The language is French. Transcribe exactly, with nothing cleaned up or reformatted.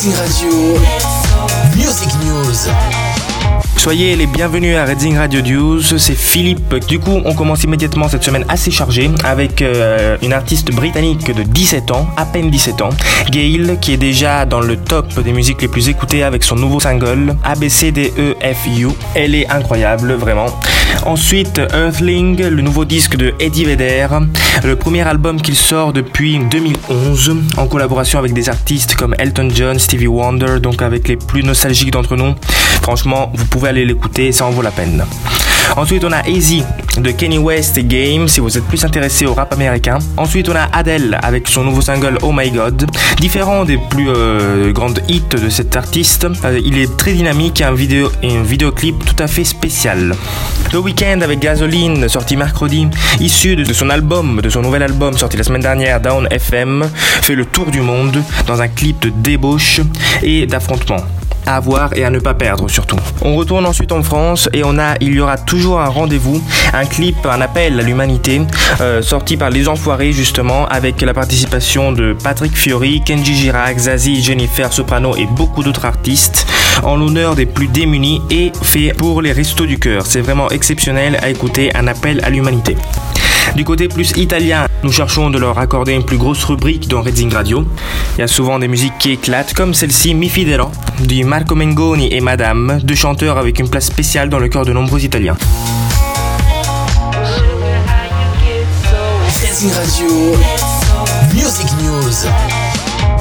Redding Radio, Music News. Soyez les bienvenus à Redding Radio News, c'est Philippe. Du coup, on commence immédiatement cette semaine assez chargée avec euh, une artiste britannique de dix-sept ans, à peine dix-sept ans, Gayle, qui est déjà dans le top des musiques les plus écoutées avec son nouveau single A B C D E F U. Elle est incroyable, vraiment. Ensuite, Earthling, le nouveau disque de Eddie Vedder, le premier album qu'il sort depuis deux mille onze, en collaboration avec des artistes comme Elton John, Stevie Wonder, donc avec les plus nostalgiques d'entre nous. Franchement, vous pouvez aller l'écouter, ça en vaut la peine. Ensuite, on a Easy de Kanye West et Game, si vous êtes plus intéressé au rap américain. Ensuite, on a Adele avec son nouveau single Oh My God. Différent des plus euh, grandes hits de cet artiste, euh, il est très dynamique et un, vidéo, et un vidéoclip tout à fait spécial. The Weeknd avec Gasoline, sorti mercredi, issu de son album, de son nouvel album sorti la semaine dernière, Down F M, fait le tour du monde dans un clip de débauche et d'affrontement. À voir et à ne pas perdre surtout. On retourne ensuite en France et on a, il y aura toujours un rendez-vous, un clip, un appel à l'humanité, euh, sorti par Les Enfoirés justement, avec la participation de Patrick Fiori, Kenji Girac, Zazie, Jennifer Soprano et beaucoup d'autres artistes, en l'honneur des plus démunis et fait pour les Restos du Cœur. C'est vraiment exceptionnel à écouter, un appel à l'humanité. Du côté plus italien, nous cherchons de leur accorder une plus grosse rubrique dans Redding Radio. Il y a souvent des musiques qui éclatent, comme celle-ci Mi Fiderò, de Marco Mengoni et Madame, deux chanteurs avec une place spéciale dans le cœur de nombreux Italiens. Redding Radio, Music News.